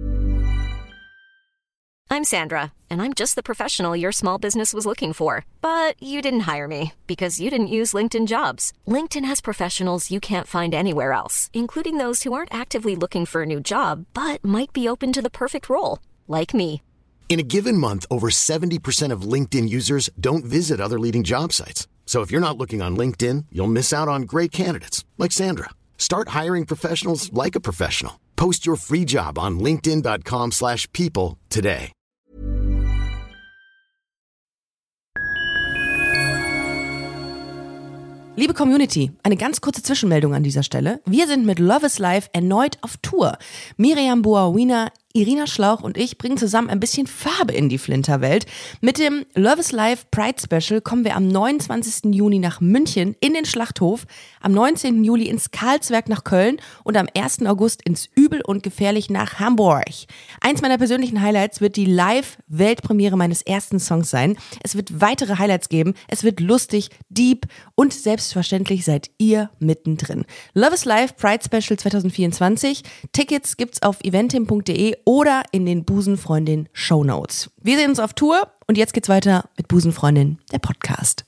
I'm Sandra, and I'm just the professional your small business was looking for. But you didn't hire me because you didn't use LinkedIn Jobs. LinkedIn has professionals you can't find anywhere else, including those who aren't actively looking for a new job, but might be open to the perfect role, like me. In a given month, over seventy percent of LinkedIn users don't visit other leading job sites. So if you're not looking on LinkedIn, you'll miss out on great candidates like Sandra. Start hiring professionals like a professional. Post your free job on linkedin dot com slash people today. Liebe Community, eine ganz kurze Zwischenmeldung an dieser Stelle. Wir sind mit Love is Life erneut auf Tour. Miriam Boawina, Irina Schlauch und ich bringen zusammen ein bisschen Farbe in die Flinterwelt. Mit dem Love is Life Pride Special kommen wir am neunundzwanzigsten Juni nach München in den Schlachthof, am neunzehnten Juli ins Karlswerk nach Köln und am ersten August ins Übel und Gefährlich nach Hamburg. Eins meiner persönlichen Highlights wird die Live-Weltpremiere meines ersten Songs sein. Es wird weitere Highlights geben, es wird lustig, deep und selbstverständlich seid ihr mittendrin. Love is Life Pride Special zwanzig vierundzwanzig. Tickets gibt's auf eventim punkt de oder in den Busenfreundin Shownotes. Wir sehen uns auf Tour und jetzt geht's weiter mit Busenfreundin, der Podcast.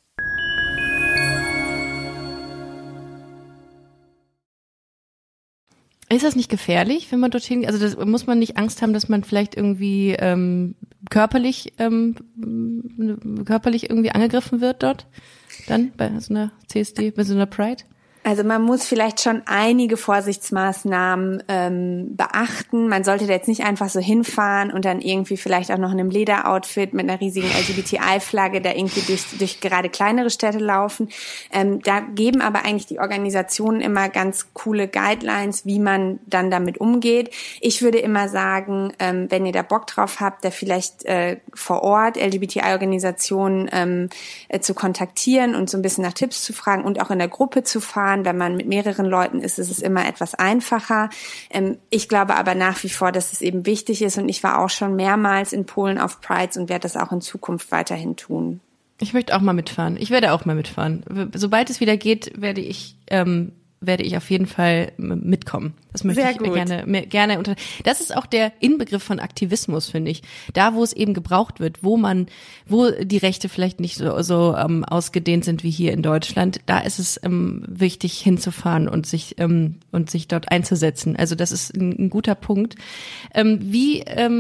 Ist das nicht gefährlich, wenn man dorthin, also das, muss man nicht Angst haben, dass man vielleicht irgendwie ähm, körperlich ähm, körperlich irgendwie angegriffen wird dort? Dann bei so einer C S D, bei so einer Pride? Also man muss vielleicht schon einige Vorsichtsmaßnahmen ähm, beachten. Man sollte da jetzt nicht einfach so hinfahren und dann irgendwie vielleicht auch noch in einem Lederoutfit mit einer riesigen L G B T I-Flagge da irgendwie durch, durch gerade kleinere Städte laufen. Ähm, da geben aber eigentlich die Organisationen immer ganz coole Guidelines, wie man dann damit umgeht. Ich würde immer sagen, ähm, wenn ihr da Bock drauf habt, da vielleicht äh, vor Ort L G B T I-Organisationen ähm, äh, zu kontaktieren und so ein bisschen nach Tipps zu fragen und auch in der Gruppe zu fahren. Wenn man mit mehreren Leuten ist, ist es immer etwas einfacher. Ähm, ich glaube aber nach wie vor, dass es eben wichtig ist und ich war auch schon mehrmals in Polen auf Prides und werde das auch in Zukunft weiterhin tun. Ich möchte auch mal mitfahren. Ich werde auch mal mitfahren. Sobald es wieder geht, werde ich ähm, werde ich auf jeden Fall mitkommen. Das möchte Sehr ich mir gut. gerne, mir gerne unter. Das ist auch der Inbegriff von Aktivismus, finde ich. Da, wo es eben gebraucht wird, wo man, wo die Rechte vielleicht nicht so, so ähm, ausgedehnt sind wie hier in Deutschland, da ist es ähm, wichtig hinzufahren und sich ähm, und sich dort einzusetzen. Also das ist ein, ein guter Punkt. Ähm, wie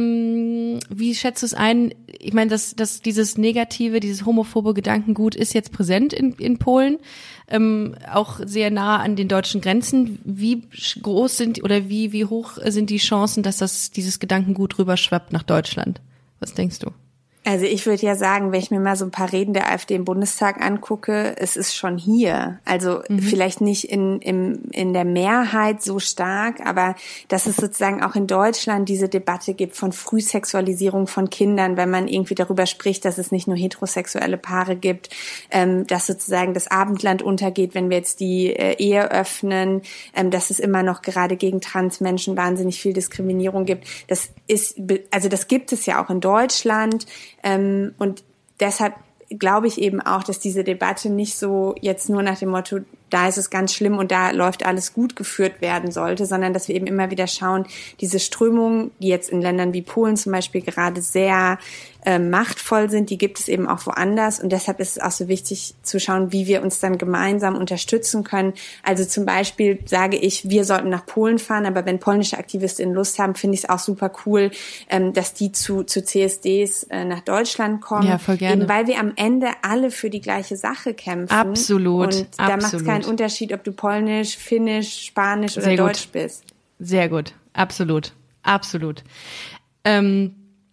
ähm, wie schätzt du es ein? Ich meine, dass dass dieses negative, dieses homophobe Gedankengut ist jetzt präsent in in Polen. Ähm, auch sehr nah an den deutschen Grenzen. Wie groß sind oder wie wie hoch sind die Chancen, dass das dieses Gedankengut rüberschwappt nach Deutschland? Was denkst du? Also ich würde ja sagen, wenn ich mir mal so ein paar Reden der AfD im Bundestag angucke, es ist schon hier. Also mhm. vielleicht nicht in, in, in der Mehrheit so stark, aber dass es sozusagen auch in Deutschland diese Debatte gibt von Frühsexualisierung von Kindern, wenn man irgendwie darüber spricht, dass es nicht nur heterosexuelle Paare gibt, ähm, dass sozusagen das Abendland untergeht, wenn wir jetzt die äh, Ehe öffnen, ähm, dass es immer noch gerade gegen Transmenschen wahnsinnig viel Diskriminierung gibt. Das ist, also das gibt es ja auch in Deutschland. Ähm, und deshalb glaube ich eben auch, dass diese Debatte nicht so jetzt nur nach dem Motto, da ist es ganz schlimm und da läuft alles gut geführt werden sollte, sondern dass wir eben immer wieder schauen, diese Strömungen, die jetzt in Ländern wie Polen zum Beispiel gerade sehr äh, machtvoll sind, die gibt es eben auch woanders und deshalb ist es auch so wichtig zu schauen, wie wir uns dann gemeinsam unterstützen können. Also zum Beispiel sage ich, wir sollten nach Polen fahren, aber wenn polnische AktivistInnen Lust haben, finde ich es auch super cool, ähm, dass die zu, zu C S Ds äh, nach Deutschland kommen. Ja, voll gerne. Eben weil wir am Ende alle für die gleiche Sache kämpfen. Absolut. Und da macht es keinen Unterschied, ob du Polnisch, Finnisch, Spanisch oder Sehr gut. Deutsch bist. Sehr gut, absolut, absolut. Ähm,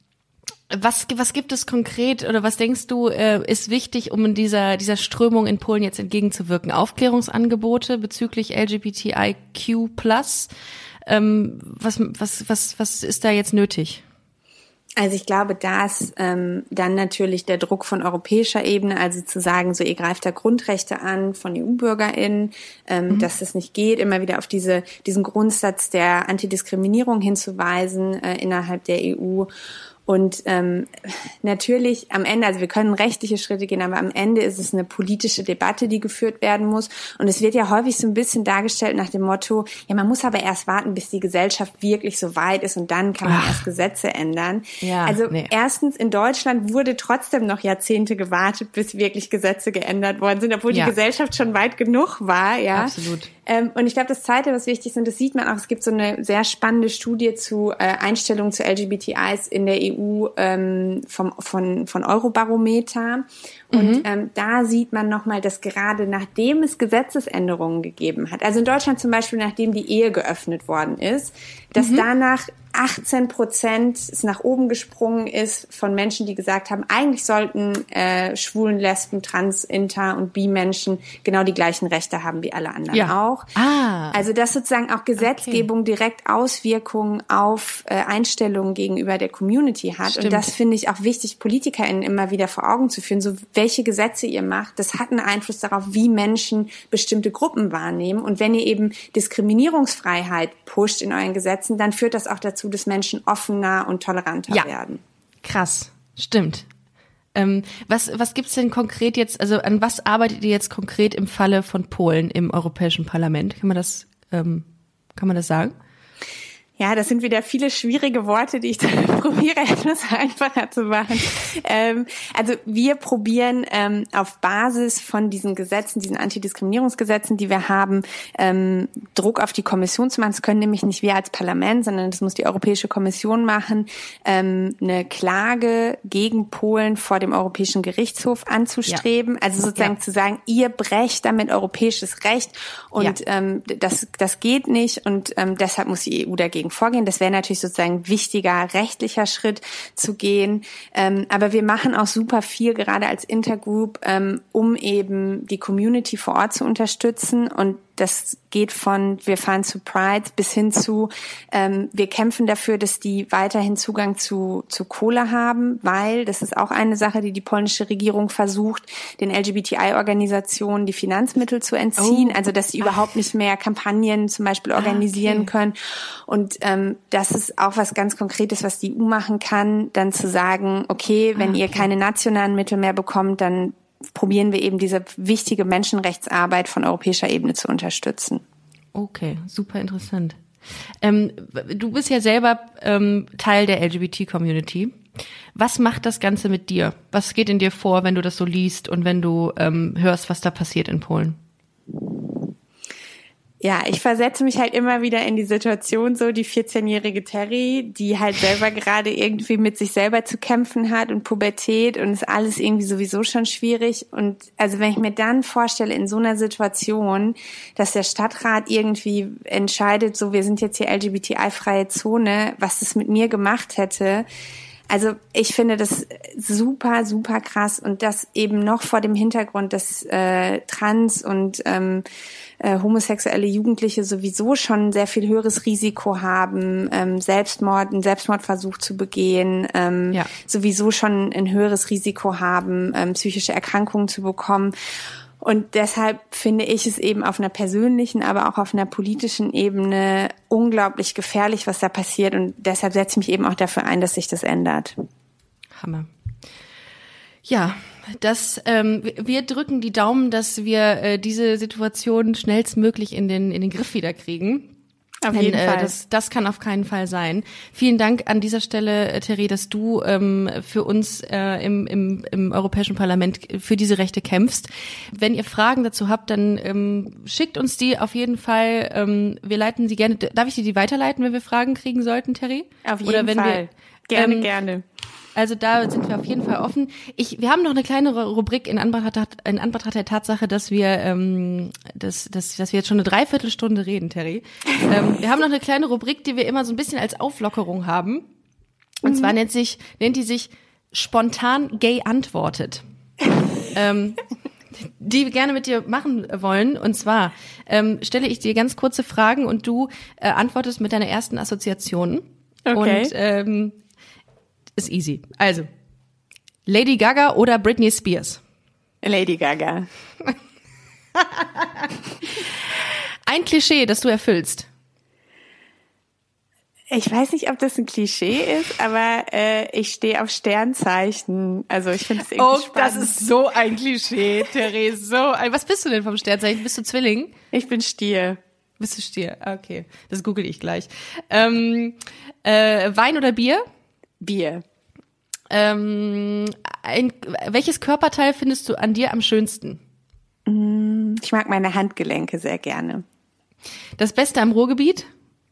was was gibt es konkret oder was denkst du äh, ist wichtig, um in dieser dieser Strömung in Polen jetzt entgegenzuwirken? Aufklärungsangebote bezüglich L G B T I Q plus. Ähm, was was was was ist da jetzt nötig? Also ich glaube, dass ähm, dann natürlich der Druck von europäischer Ebene, also zu sagen, so ihr greift da Grundrechte an von E U-BürgerInnen, ähm, mhm. dass das nicht geht, immer wieder auf diese diesen Grundsatz der Antidiskriminierung hinzuweisen äh, innerhalb der E U. Und ähm, natürlich am Ende, also wir können rechtliche Schritte gehen, aber am Ende ist es eine politische Debatte, die geführt werden muss. Und es wird ja häufig so ein bisschen dargestellt nach dem Motto, ja, man muss aber erst warten, bis die Gesellschaft wirklich so weit ist und dann kann man Ach. erst Gesetze ändern. Ja, also nee. erstens, in Deutschland wurde trotzdem noch Jahrzehnte gewartet, bis wirklich Gesetze geändert worden sind, obwohl ja. die Gesellschaft schon weit genug war. Ja, absolut. Ähm, und ich glaube, das Zweite, was wichtig ist, und das sieht man auch, es gibt so eine sehr spannende Studie zu äh, Einstellungen zu L G B T Is in der E U ähm, vom, von, von Eurobarometer. Und mhm. ähm, da sieht man nochmal, dass gerade nachdem es Gesetzesänderungen gegeben hat, also in Deutschland zum Beispiel, nachdem die Ehe geöffnet worden ist, dass mhm. danach achtzehn Prozent es nach oben gesprungen ist von Menschen, die gesagt haben, eigentlich sollten äh, Schwulen, Lesben, Trans, Inter und Bi-Menschen genau die gleichen Rechte haben wie alle anderen ja. auch. Ah. Also dass sozusagen auch Gesetzgebung okay. direkt Auswirkungen auf äh, Einstellungen gegenüber der Community hat. Stimmt. Und das finde ich auch wichtig, PolitikerInnen immer wieder vor Augen zu führen. So welche Gesetze ihr macht, das hat einen Einfluss darauf, wie Menschen bestimmte Gruppen wahrnehmen. Und wenn ihr eben Diskriminierungsfreiheit pusht in euren Gesetzen, dann führt das auch dazu, dass Menschen offener und toleranter ja. werden. Krass, stimmt. Ähm, was was gibt's denn konkret jetzt, also an was arbeitet ihr jetzt konkret im Falle von Polen im Europäischen Parlament? Kann man das, ähm, kann man das sagen? Ja, das sind wieder viele schwierige Worte, die ich dann probiere, etwas einfacher zu machen. Ähm, also wir probieren ähm, auf Basis von diesen Gesetzen, diesen Antidiskriminierungsgesetzen, die wir haben, ähm, Druck auf die Kommission zu machen. Das können nämlich nicht wir als Parlament, sondern das muss die Europäische Kommission machen, ähm, eine Klage gegen Polen vor dem Europäischen Gerichtshof anzustreben. Ja. Also sozusagen ja. zu sagen, ihr brecht damit europäisches Recht und ja. ähm, das, das geht nicht und ähm, deshalb muss die E U dagegen vorgehen. Das wäre natürlich sozusagen ein wichtiger rechtlicher Schritt zu gehen. Ähm, aber wir machen auch super viel, gerade als Intergroup, ähm, um eben die Community vor Ort zu unterstützen. Und das geht von, wir fahren zu Pride bis hin zu, ähm, wir kämpfen dafür, dass die weiterhin Zugang zu, zu Kohle haben, weil, das ist auch eine Sache, die die polnische Regierung versucht, den L G B T I-Organisationen die Finanzmittel zu entziehen, oh. also dass sie überhaupt nicht mehr Kampagnen zum Beispiel organisieren okay. können. Und ähm, das ist auch was ganz Konkretes, was die E U machen kann, dann zu sagen, okay, wenn okay. ihr keine nationalen Mittel mehr bekommt, dann probieren wir eben diese wichtige Menschenrechtsarbeit von europäischer Ebene zu unterstützen. Okay, super interessant. Ähm, du bist ja selber ähm, Teil der L G B T-Community. Was macht das Ganze mit dir? Was geht in dir vor, wenn du das so liest und wenn du ähm, hörst, was da passiert in Polen? Ja, ich versetze mich halt immer wieder in die Situation so, die vierzehnjährige Terry, die halt selber gerade irgendwie mit sich selber zu kämpfen hat und Pubertät und ist alles irgendwie sowieso schon schwierig. Und also wenn ich mir dann vorstelle, in so einer Situation, dass der Stadtrat irgendwie entscheidet, so wir sind jetzt hier L G B T I-freie Zone, was das mit mir gemacht hätte. Also ich finde das super, super krass und das eben noch vor dem Hintergrund, dass äh, Trans- und ähm, äh, homosexuelle Jugendliche sowieso schon ein sehr viel höheres Risiko haben, ähm, Selbstmord, einen Selbstmordversuch zu begehen, ähm, ja. sowieso schon ein höheres Risiko haben, ähm, psychische Erkrankungen zu bekommen. Und deshalb finde ich es eben auf einer persönlichen, aber auch auf einer politischen Ebene unglaublich gefährlich, was da passiert. Und deshalb setze ich mich eben auch dafür ein, dass sich das ändert. Hammer. Ja, das, ähm, wir drücken die Daumen, dass wir äh, diese Situation schnellstmöglich in den, in den Griff wieder kriegen. Auf jeden Denn, Fall. Äh, das, das kann auf keinen Fall sein. Vielen Dank an dieser Stelle, äh, Terry, dass du ähm, für uns äh, im, im, im Europäischen Parlament für diese Rechte kämpfst. Wenn ihr Fragen dazu habt, dann ähm, schickt uns die auf jeden Fall. Ähm, wir leiten sie gerne. Darf ich dir die weiterleiten, wenn wir Fragen kriegen sollten, Terry? Auf jeden Oder wenn Fall. Wir, gerne, ähm, gerne. Also da sind wir auf jeden Fall offen. Ich, wir haben noch eine kleine Rubrik in Anbetracht, in Anbetracht der Tatsache, dass wir, ähm, dass, dass, dass wir jetzt schon eine Dreiviertelstunde reden, Terry. Ähm, wir haben noch eine kleine Rubrik, die wir immer so ein bisschen als Auflockerung haben. Und mhm. zwar nennt sich, nennt die sich spontan gay antwortet. ähm, die wir gerne mit dir machen wollen. Und zwar ähm, stelle ich dir ganz kurze Fragen und du äh, antwortest mit deiner ersten Assoziation. Okay. Und ähm, ist easy. Also, Lady Gaga oder Britney Spears? Lady Gaga. Ein Klischee, das du erfüllst? Ich weiß nicht, ob das ein Klischee ist, aber äh, ich stehe auf Sternzeichen. Also ich finde es irgendwie oh, spannend. Das ist so ein Klischee, Therese. So ein. Was bist du denn vom Sternzeichen? Bist du Zwilling? Ich bin Stier. Bist du Stier? Okay, das google ich gleich. Ähm, äh, Wein oder Bier? Bier. Ähm, ein, welches Körperteil findest du an dir am schönsten? Ich mag meine Handgelenke sehr gerne. Das Beste am Ruhrgebiet?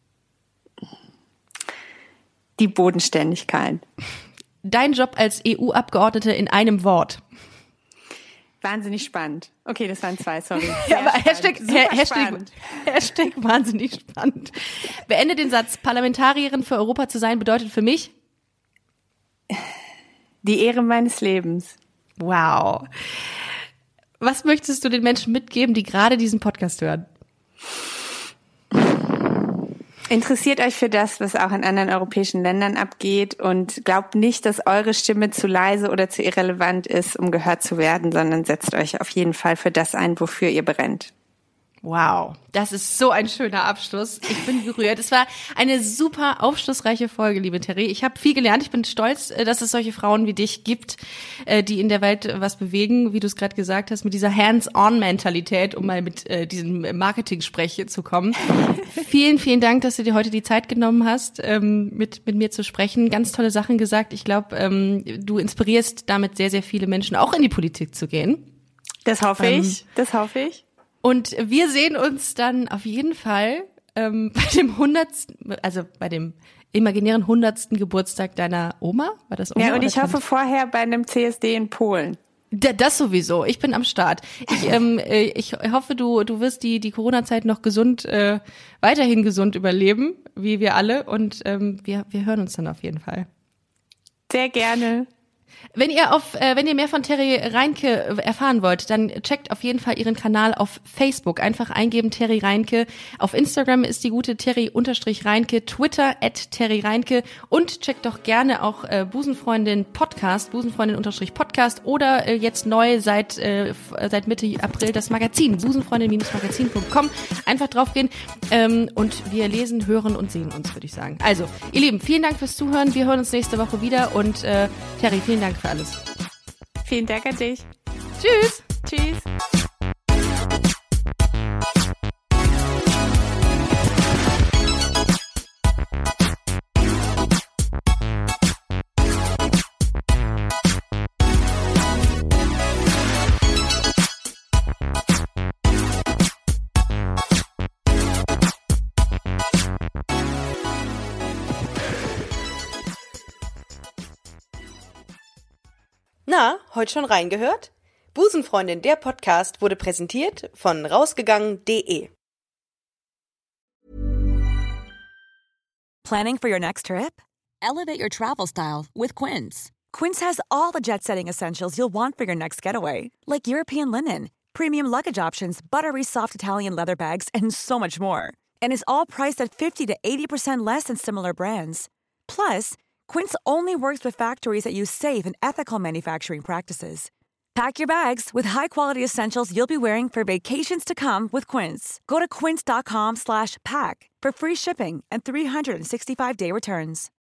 Die Bodenständigkeit. Dein Job als E U-Abgeordnete in einem Wort? Wahnsinnig spannend. Okay, das waren zwei, sorry. Ja, aber Hashtag, Hashtag, Hashtag wahnsinnig spannend. Beende den Satz. Parlamentarierin für Europa zu sein bedeutet für mich? Die Ehre meines Lebens. Wow. Was möchtest du den Menschen mitgeben, die gerade diesen Podcast hören? Interessiert euch für das, was auch in anderen europäischen Ländern abgeht und glaubt nicht, dass eure Stimme zu leise oder zu irrelevant ist, um gehört zu werden, sondern setzt euch auf jeden Fall für das ein, wofür ihr brennt. Wow, das ist so ein schöner Abschluss. Ich bin gerührt. Es war eine super aufschlussreiche Folge, liebe Terry. Ich habe viel gelernt. Ich bin stolz, dass es solche Frauen wie dich gibt, die in der Welt was bewegen, wie du es gerade gesagt hast, mit dieser Hands-on-Mentalität, um mal mit äh, diesem Marketing-Sprech zu kommen. Vielen, vielen Dank, dass du dir heute die Zeit genommen hast, ähm, mit mit mir zu sprechen. Ganz tolle Sachen gesagt. Ich glaube, ähm, du inspirierst damit sehr, sehr viele Menschen, auch in die Politik zu gehen. Das hoffe ähm, ich. Das hoffe ich. Und wir sehen uns dann auf jeden Fall ähm, bei dem hundertsten, also bei dem imaginären hundertsten Geburtstag deiner Oma. War das Oma? Ja, und ich hoffe vorher bei einem C S D in Polen. Da, das sowieso. Ich bin am Start. Ich, ähm, ich hoffe, du du wirst die die Corona-Zeit noch gesund, äh, weiterhin gesund überleben, wie wir alle. Und ähm, wir wir hören uns dann auf jeden Fall. Sehr gerne. Wenn ihr auf, äh, wenn ihr mehr von Terry Reinke erfahren wollt, dann checkt auf jeden Fall ihren Kanal auf Facebook. Einfach eingeben Terry Reinke. Auf Instagram ist die gute Terry-Reinke, Twitter at Terry Reinke und checkt doch gerne auch äh, Busenfreundin Podcast, Busenfreundin-Podcast oder äh, jetzt neu seit äh, seit Mitte April das Magazin, busenfreundin-magazin punkt com. Einfach draufgehen ähm, und wir lesen, hören und sehen uns, würde ich sagen. Also, ihr Lieben, vielen Dank fürs Zuhören. Wir hören uns nächste Woche wieder und äh, Terry, vielen Dank für alles. Vielen Dank an dich. Tschüss. Tschüss. Na, heute schon reingehört? Busenfreundin, der Podcast, wurde präsentiert von rausgegangen punkt de. Planning for your next trip? Elevate your travel style with Quince. Quince has all the jet-setting essentials you'll want for your next getaway, like European linen, premium luggage options, buttery soft Italian leather bags, and so much more. And is all priced at fifty to eighty percent less than similar brands. Plus, Quince only works with factories that use safe and ethical manufacturing practices. Pack your bags with high-quality essentials you'll be wearing for vacations to come with Quince. Go to quince.com slash pack for free shipping and three sixty-five day returns.